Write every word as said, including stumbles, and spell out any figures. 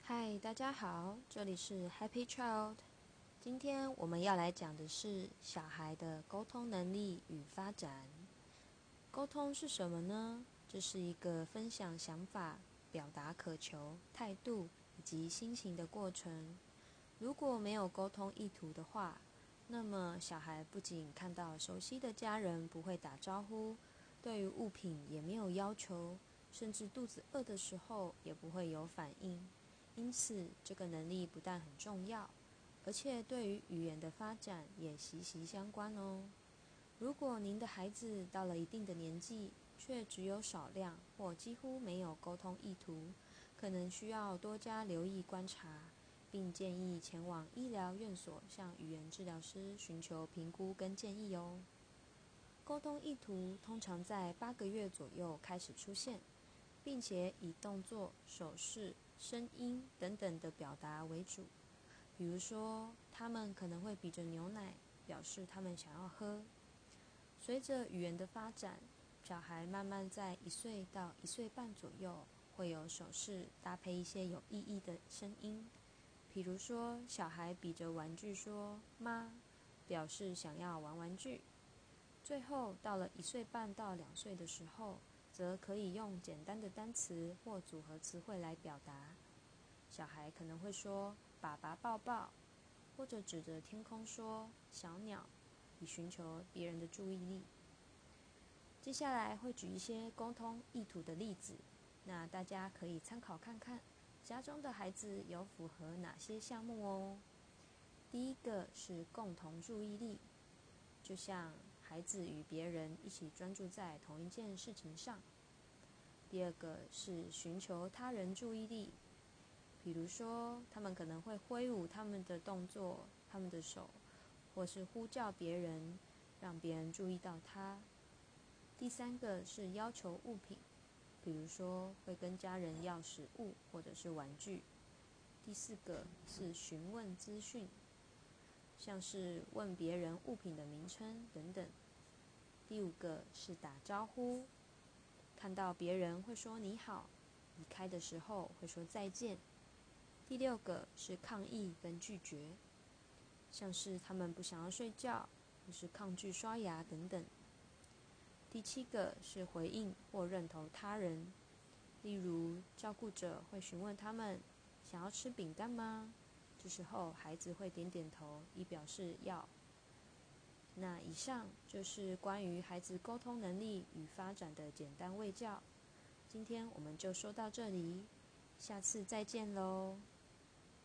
嗨，大家好，这里是 Happy Child。今天我们要来讲的是小孩的沟通能力与发展。沟通是什么呢？这是一个分享想法、表达渴求、态度以及心情的过程。如果没有沟通意图的话，那么小孩不仅看到熟悉的家人不会打招呼，对于物品也没有要求，甚至肚子饿的时候也不会有反应。因此，这个能力不但很重要，而且对于语言的发展也息息相关哦。如果您的孩子到了一定的年纪，却只有少量或几乎没有沟通意图，可能需要多加留意观察，并建议前往医疗院所向语言治疗师寻求评估跟建议哦。沟通意图通常在八个月左右开始出现，并且以动作、手势、声音等等的表达为主。比如说，他们可能会比着牛奶，表示他们想要喝。随着语言的发展，小孩慢慢在一岁到一岁半左右，会有手势搭配一些有意义的声音。比如说，小孩比着玩具说"妈"，表示想要玩玩具。最后到了一岁半到两岁的时候，则可以用简单的单词或组合词汇来表达。小孩可能会说"爸爸抱抱"，或者指着天空说"小鸟"，以寻求别人的注意力。接下来会举一些沟通意图的例子，那大家可以参考看看，家中的孩子有符合哪些项目哦。第一个是共同注意力，就像孩子与别人一起专注在同一件事情上。第二个是寻求他人注意力，比如说他们可能会挥舞他们的动作、他们的手，或是呼叫别人，让别人注意到他。第三个是要求物品，比如说会跟家人要食物或者是玩具。第四个是询问资讯，像是问别人物品的名称等等。第五个是打招呼，看到别人会说你好，离开的时候会说再见。第六个是抗议跟拒绝，像是他们不想要睡觉，或是抗拒刷牙等等。第七个是回应或认同他人，例如照顾者会询问他们想要吃饼干吗？这时候孩子会点点头，以表示要。那以上就是关于孩子沟通能力与发展的简单卫教。今天我们就说到这里，下次再见喽。